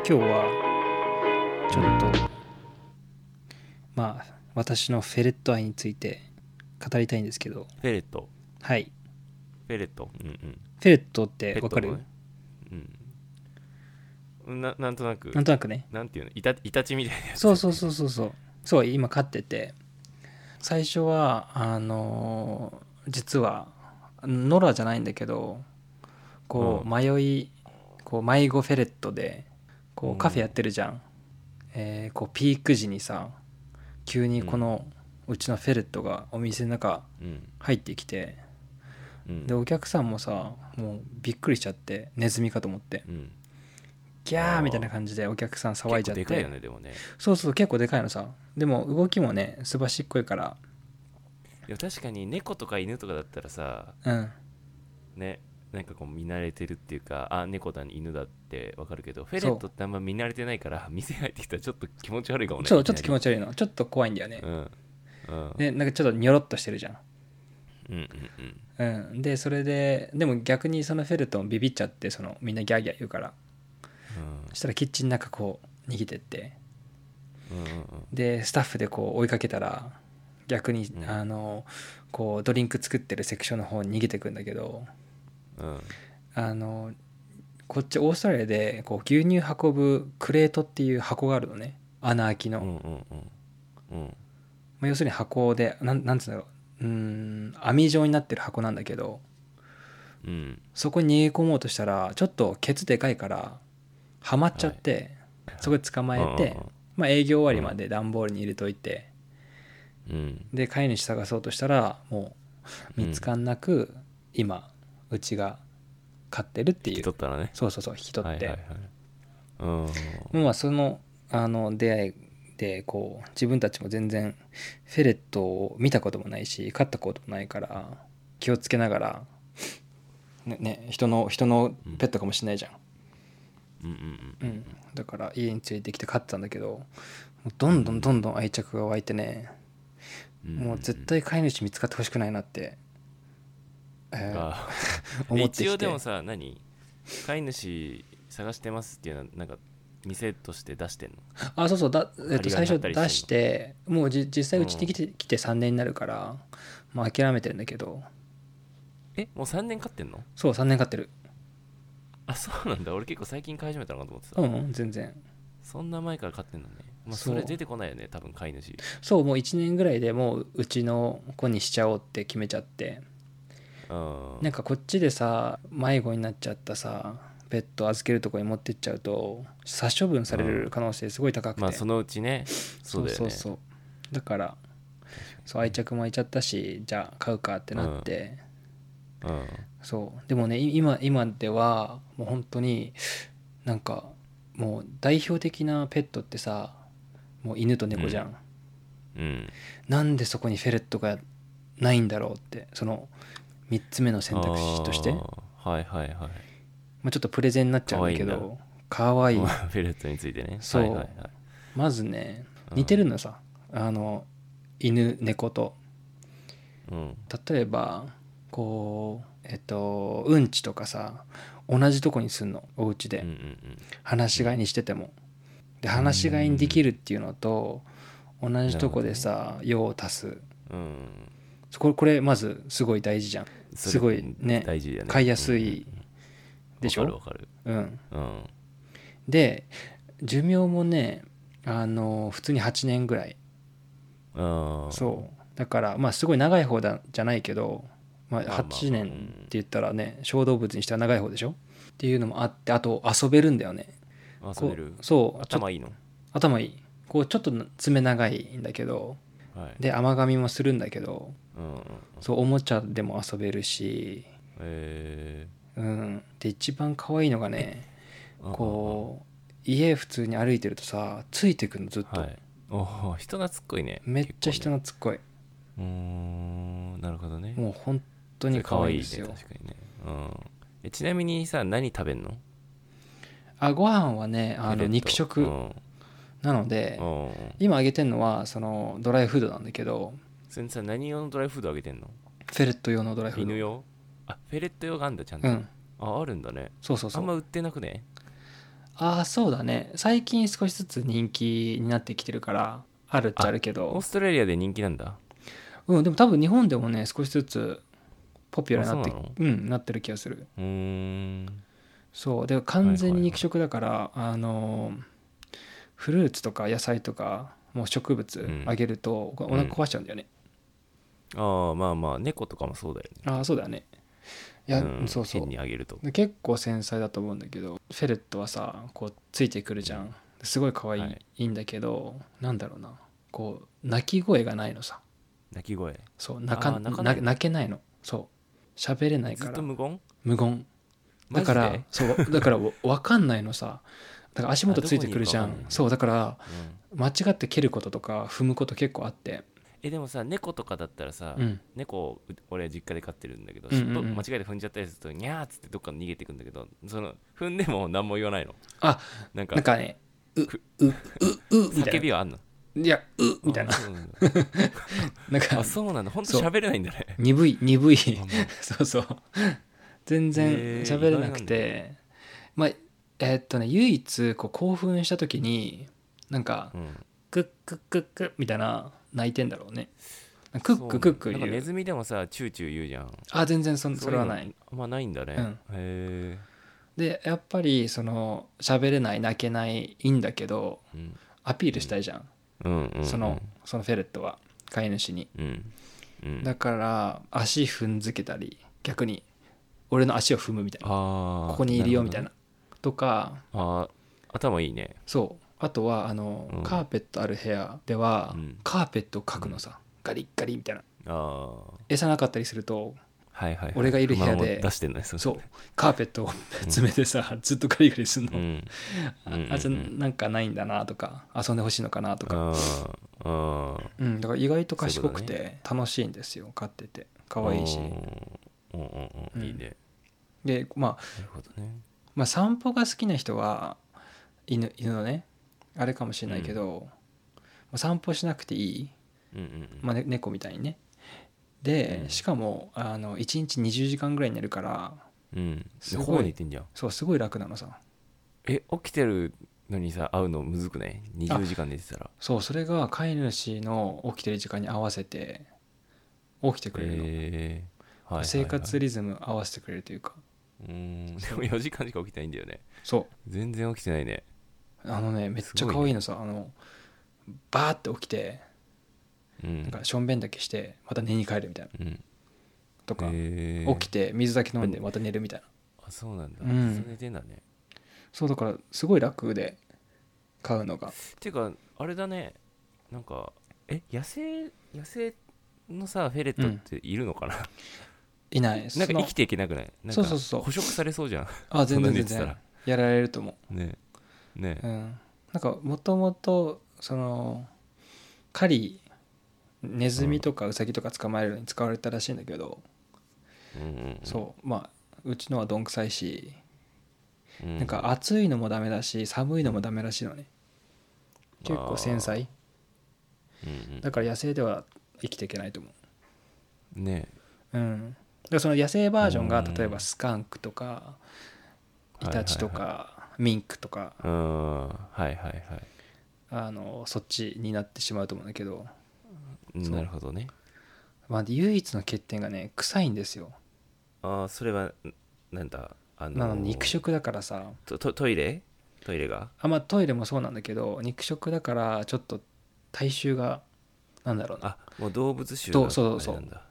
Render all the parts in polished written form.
今日はちょっと私のフェレット愛について語りたいんですけど。 フェレット。 はい。 フェレット。うんうん。 フェレットってわかる？ ね、うん。なんとなく。 なんとなくね。 なんていうの、イタチみたいなやつ、 そうそう今飼ってて、最初は実はノラじゃないんだけど、こう迷子フェレットでこうカフェやってるじゃん。こうピーク時にさ、急にこのうちのフェレットがお店の中入ってきて、でお客さんもさ、もうびっくりしちゃって、ネズミかと思って、ギャーみたいな感じでお客さん騒いじゃって。 結構でかいよね、でもね。 そう結構でかいのさ。でも動きもねすばしっこいから。 いや確かに猫とか犬とかだったらさ、ね、なんかこう見慣れてるっていうか、あ、猫だ犬だってわかるけど、フェレットってあんま見慣れてないから、店入ってきたらちょっと気持ち悪いかもね。 そう、ちょっと気持ち悪いの、ちょっと怖いんだよね。でなんかちょっとニョロっとしてるじゃん。でそれででも逆にそのフェレットもビビっちゃって、そのみんなギャーギャー言うから、そしたらキッチンの中こう逃げてって、でスタッフでこう追いかけたら、逆に、こうドリンク作ってるセクションの方に逃げてくんだけど、こっちオーストラリアでこう牛乳運ぶクレートっていう箱があるのね、穴開きの。要するに箱でなんつうんだろう、網状になってる箱なんだけど、そこに逃げ込もうとしたらちょっとケツでかいからはまっちゃって、そこで捕まえて、営業終わりまで段ボールに入れといて、で飼い主探そうとしたらもう見つかんなく、今うちが飼ってるっていう。 引き取ったらね。 そう引き取って、その出会いでこう自分たちも全然フェレットを見たこともないし飼ったこともないから、気をつけながらね、人のペットかもしれないじゃん。だから家に連れてきて飼ってたんだけど、どんどん愛着が湧いてね、もう絶対飼い主見つかってほしくないなって、思ってきて。 一応でもさ、飼い主探してますっていうのはなんか店として出してんの？ そう最初出して、もう実際うちに来て3年になるから、諦めてるんだけど。 もう3年飼ってんの？ そう、3年飼ってる。 あ、そうなんだ。俺結構最近飼い始めたのかと思ってた。 全然そんな前から飼ってんのね。それ出てこないよね、多分飼い主。 そう、もう1年ぐらいでもううちの子にしちゃおうって決めちゃって。なんかこっちでさ、迷子になっちゃったさペット預けるとこに持ってっちゃうと殺処分される可能性すごい高くて、 そのうちね。そうだよね。 そうだからそう、愛着も湧いちゃったし、じゃあ買うかってなって、そうでもね、今ではもう本当になんかもう代表的なペットってさ、もう犬と猫じゃん。なんでそこにフェレットがないんだろうって、その3つ目の選択肢として。ちょっとプレゼンになっちゃうんだけど、かわいいフェレットについてね。 そう、まずね似てるのさ、犬猫と。例えばこううんちとかさ、同じとこにすんの、お家で放し飼いにしてても。で放し飼いにできるっていうのと、同じとこでさ用を足す、これまずすごい大事じゃん。すごいね、 大事だね。 飼いやすいでしょ。 わかる。 で寿命もね、普通に8年ぐらい。そうだからすごい長い方じゃないけど、8年って言ったらね、小動物にしては長い方でしょっていうのもあって、あと遊べるんだよね。 遊べる。 そう、 頭いいの？ 頭いい。こうちょっと爪長いんだけど、で甘噛みもするんだけど、そうおもちゃでも遊べるし、で一番可愛いのがね、こう家普通に歩いてるとさ、ついてくのずっと。 人懐っこいね。 めっちゃ人懐っこい。 なるほどね。 もう本当に可愛いですよ。 確かにね。ちなみにさ、何食べんの？ ご飯はね、肉食なので、今あげてんのはそのドライフードなんだけど。 それさ、何用のドライフードあげてんの？ フェレット用のドライフード。 犬用？フェレット用があんだ、ちゃんと。あるんだね。 そうあんま売ってなくね？ ああそうだね、最近少しずつ人気になってきてるからあるっちゃあるけオーど、 ストラリアで人気なんだ。 でも多分日本でもね少しずつポピュラーになって、 あ、そうなの？ なってる気がする。 うーん。 そうで完全に肉食だから、フルーツとか野菜とかもう植物あげるとお腹壊しちゃうんだよね。 ああ、まあまあ、猫とかもそうだよね。 ああそうだよね。いや、そうそ変にあげると。 うで結構繊細だと思うんだけど、フェレットはさこうついてくるじゃん。すごい可愛い、 はい、 いいんだけど、なんだろうな、こう泣き声がないのさ。 鳴き声。 そう泣かないの？ 泣けないの。そう喋れないから。 ずっと無言？ 無言マジで？ だからそうだから分かんないのさ。だから足元ついてくるじゃん。 どこにいるか分かんないね。 そうだからうん。 間違って蹴ることとか踏むこと結構あって。 でもさ、猫とかだったらさ、 うん猫、俺実家で飼ってるんだけど、 うんうんうん尻尾間違えて踏んじゃったりすると、ニャーっつってどっか逃げてくんだけど、踏んでも何も言わないの？ あなんか、 なんかねみたいな。 叫びはあんの？ いやみたいな。 そうなんだ。 なんかあ、そうなんだ。ほんと喋れないんだね。 鈍いそうそう全然喋れなく意外なんだて、まあ唯一こう興奮した時になんかうん。 クックックックみたいな泣いてんだろうね。クッククックなんか言う。 ネズミでもさ、チューチュー言うじゃん。 あ全然それはない。 そういうのあんまないんだね。 うんへでやっぱり喋れない泣けないいいんだけど、 え。うんアピールしたいじゃん、 うんそのフェレットは飼い主に。 うんうんだから足踏んづけたり、逆に俺の足を踏むみたいな、 ああ、 ここにいるよみたいなるとか。 ほどね。頭いいね。 そうあとはうんカーペットある部屋では、 うんカーペットをかくのさ、ガリッガリみたいな。 ああ、 餌なかったりするとはいはいはい。 俺がいる部屋で不満を出してんのね。 そうカーペットを爪でさ、ずっとガリガリするの、 うんじゃあなんかないんだなとか、遊んでほしいのかなとか、 ああ、 だから意外と賢くそういうて楽しいんですよ、飼ってて可愛いし。 いいね。 でなるほどね。 散歩が好きな人は犬のねあれかもしれないけど、散歩しなくていい、猫みたいにね。でしかも1日20時間ぐらい寝るから、すごい寝てんじゃん。 そうすごい楽なのさ。 起きてるのにさ、会うのむずくない？20時間寝てたら。 そうそれが飼い主の起きてる時間に合わせて起きてくれるの、 はい生活リズム合わせてくれるというか。 でも4時間しか起きてないんだよね。 そ全然起きてないね。 うめっちゃ可愛いのさ、バーって起きてなんかしょんべんだけしてまた寝に帰るみたいな、とか起きて水だけ飲んでまた寝るみたいな。 あ、そうなんだ。 うん、 ずっと寝てんだね。 そうだからすごい楽で飼うのが。 っていうかあれだね、なんか野生のさフェレットっているのかな？ いない。 なんか生きていけなくない？なんかそう捕食されそうじゃん。 あ全然そんな寝てたらやられると思うね。 なんかもともと狩りネズミとかウサギとか捕まえるのに使われたらしいんだけど、そううちのはどんくさいし、なんか暑いのもダメだし寒いのもダメらしいのね。結構繊細、だから野生では生きていけないと思うね。 だからその野生バージョンが例えばスカンクとかイタチとかミンクとか、そっちになってしまうと思うんだけど、 なるほどね。 唯一の欠点がね臭いんですよ。 それはなんだ、 肉食だからさ、 トイレがトイレもそうなんだけど肉食だからちょっと体臭がなんだろうな、 もう動物臭があれなんだ。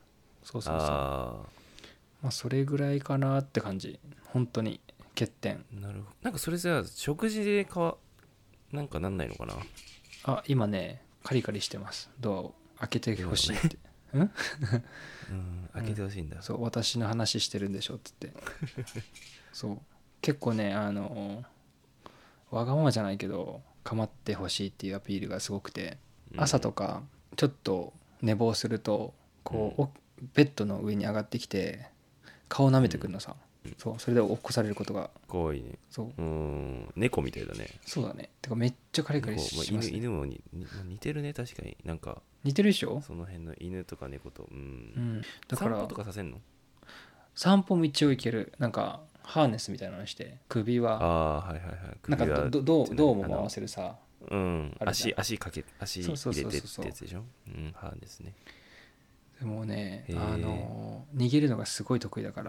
そうそれぐらいかなって感じ。本当に欠点。 なるほど。なんかそれさ食事でなんかなんないのかな？ 今ねカリカリしてます。ドアを開けてほしいって開けてほしいんだ。 そう私の話してるんでしょっつってそう結構ねわがままじゃないけど構ってほしいっていうアピールがすごくて、朝とかちょっと寝坊するとこう、ベッドの上に上がってきて顔舐めてくるのさ、それで起こされることが怖いね。猫みたいだね。 そうだね。てかめっちゃカリカリしますね。 犬も似てるね。確かになんか似てるでしょ。 その辺の犬とか猫と。 だから散歩とかさせんの？ 散歩も一応行ける。なんかハーネスみたいなのにして首ははいはいはいなんか首はどうも回せるさ、 足入れてってやつでしょ。ハーネスね。 でもね逃げるのがすごい得意だから、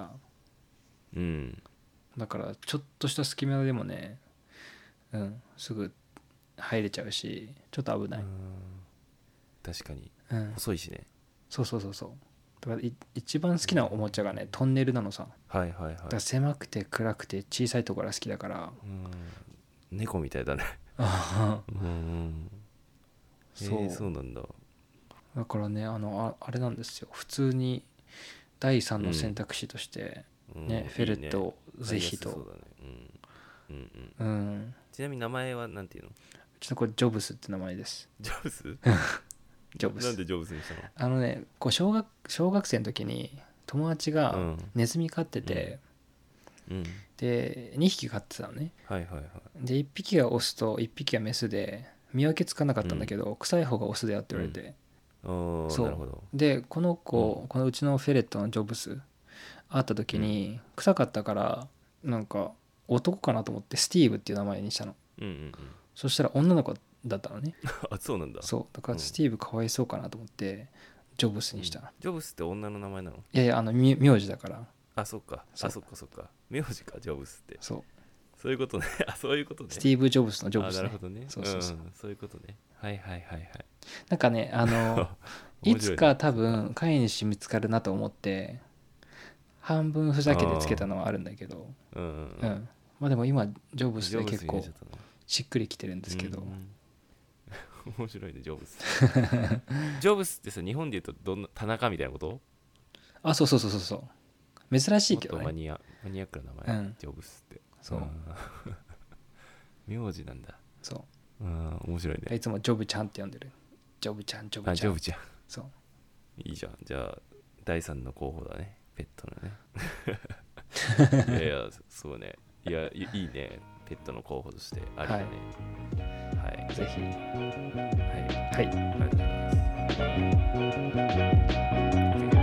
だからちょっとした隙間でもね、すぐ入れちゃうしちょっと危ない。 確かに、細いしね。 そうだから一番好きなおもちゃがねトンネルなのさ。 はいはいはい。 だから狭くて暗くて小さいところが好きだから。 猫みたいだね。そうなんだ。 だからねあれなんですよ、普通に第3の選択肢としてね、フェレットをぜひと。 ちなみに名前はなんていうの？ ちょっとこれジョブスって名前です。 ジョブス？ ジョブス。 なんでジョブスにしたの？ こう小学生の時に友達がネズミ飼ってて、で2匹飼ってたのね。で1匹がオスと1匹がメスで見分けつかなかったんだけど、臭い方がオスだよって言われて、 なるほど。 でこの子、このうちのフェレットのジョブス会った時に、臭かったからなんか男かなと思ってスティーブっていう名前にしたの。そしたら女の子だったのね。 あ、そうなんだ。 そうだからスティーブかわいそうかなと思ってジョブスにした。 ジョブスって女の名前なの？ いやいや名字だから。 あ、そっか。名字か、ジョブスって。 そういうことね。そういうことね。 スティーブ・ジョブスのジョブスね。 なるほどね。そういうことね。はいなんかねいつか多分飼い主見つかるなと思って半分ふざけてつけたのはあるんだけど、まあでも今ジョブスで結構しっくりきてるんですけど。 面白いね、ジョブス。ジョブスってさ、日本で言うとどんな田中みたいなこと？ あ、そう珍しいけどね。 もっとマニアックな名前、ジョブスって。 そう名字なんだ。 そう、 面白いね。 いつもジョブちゃんって呼んでる。ジョブちゃん。 ジョブちゃん。 そう、 いいじゃん。じゃあ第3の候補だね、ペットのね。いやそうね。いや、いいね、ペットの候補としてあるよね。はい、 ぜひ。 はい、ありがとうございます。